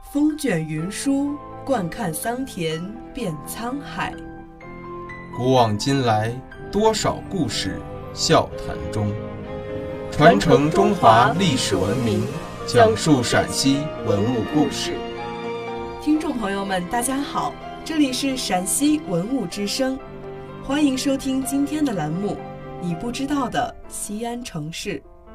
风卷云舒，惯看桑田变沧海。 古往今来，多少故事笑谈中。传承中华历史文明，讲述陕西文物故事。 听众朋友们，大家好，这里是陕西文物之声，欢迎收听今天的栏目《你不知道的西安城市》。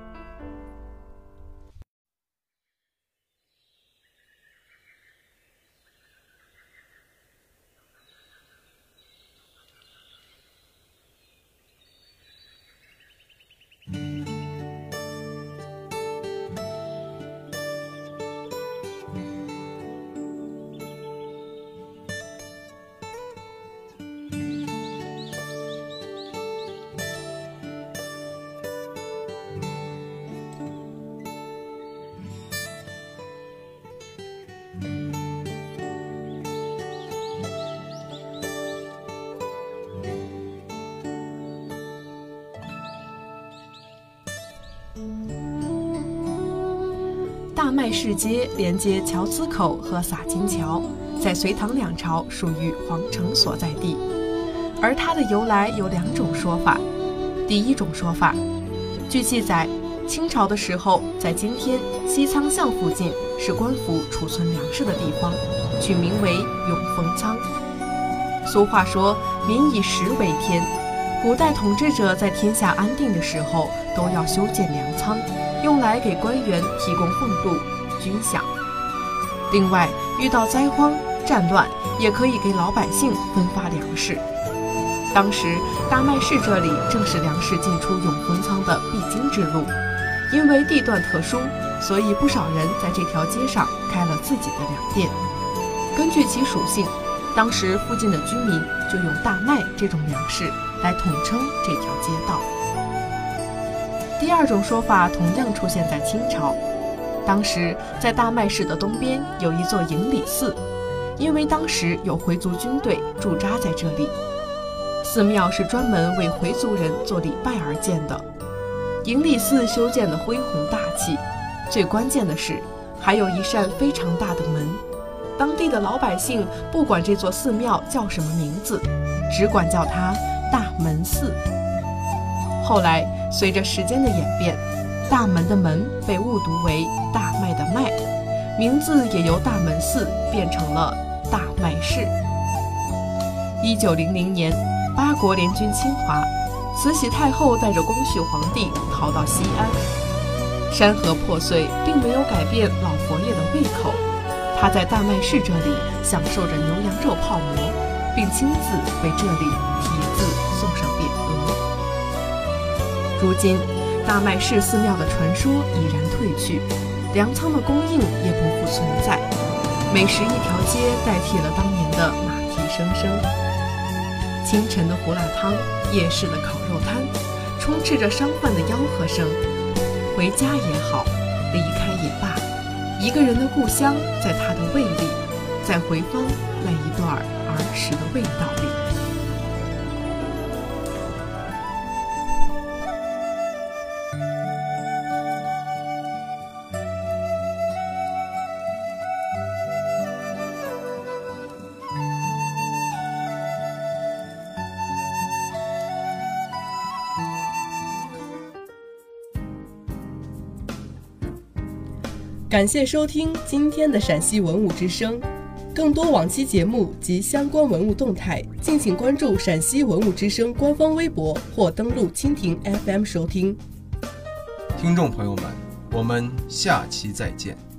大麦市街连接乔司口和洒金桥，在隋唐两朝属于皇城所在地，而它的由来有两种说法。第一种说法，据记载，清朝的时候，在今天西仓巷附近是官府储存粮食的地方，取名为永丰仓。俗话说，民以食为天，古代统治者在天下安定的时候，都要修建粮仓，用来给官员提供俸禄、军饷。另外，遇到灾荒、战乱，也可以给老百姓分发粮食。当时大麦市这里正是粮食进出永丰仓的必经之路，因为地段特殊，所以不少人在这条街上开了自己的粮店。根据其属性，当时附近的居民就用大麦这种粮食来统称这条街道。第二种说法同样出现在清朝，当时在大麦市的东边有一座营里寺，因为当时有回族军队驻扎在这里，寺庙是专门为回族人做礼拜而建的。营里寺修建得恢宏大气，最关键的是还有一扇非常大的门，当地的老百姓不管这座寺庙叫什么名字，只管叫它大门寺。后来随着时间的演变，大门的门被误读为大麦的麦，名字也由大门寺变成了大麦市。1900年，八国联军侵华，慈禧太后带着光绪皇帝逃到西安。山河破碎并没有改变老佛爷的胃口，他在大麦市这里享受着牛羊肉泡馍，并亲自为这里题字送上匾额。如今大麦市寺庙的传说已然褪去，粮仓的供应也不复存在，美食一条街代替了当年的马蹄声声。清晨的胡辣汤，夜市的烤肉摊，充斥着商贩的吆喝声。回家也好，离开也罢，一个人的故乡在他的胃里，在回放那一段儿时的味道里。感谢收听今天的陕西文物之声，更多往期节目及相关文物动态，敬请关注陕西文物之声官方微博或登录蜻蜓 FM 收听。 听众朋友们，我们下期再见。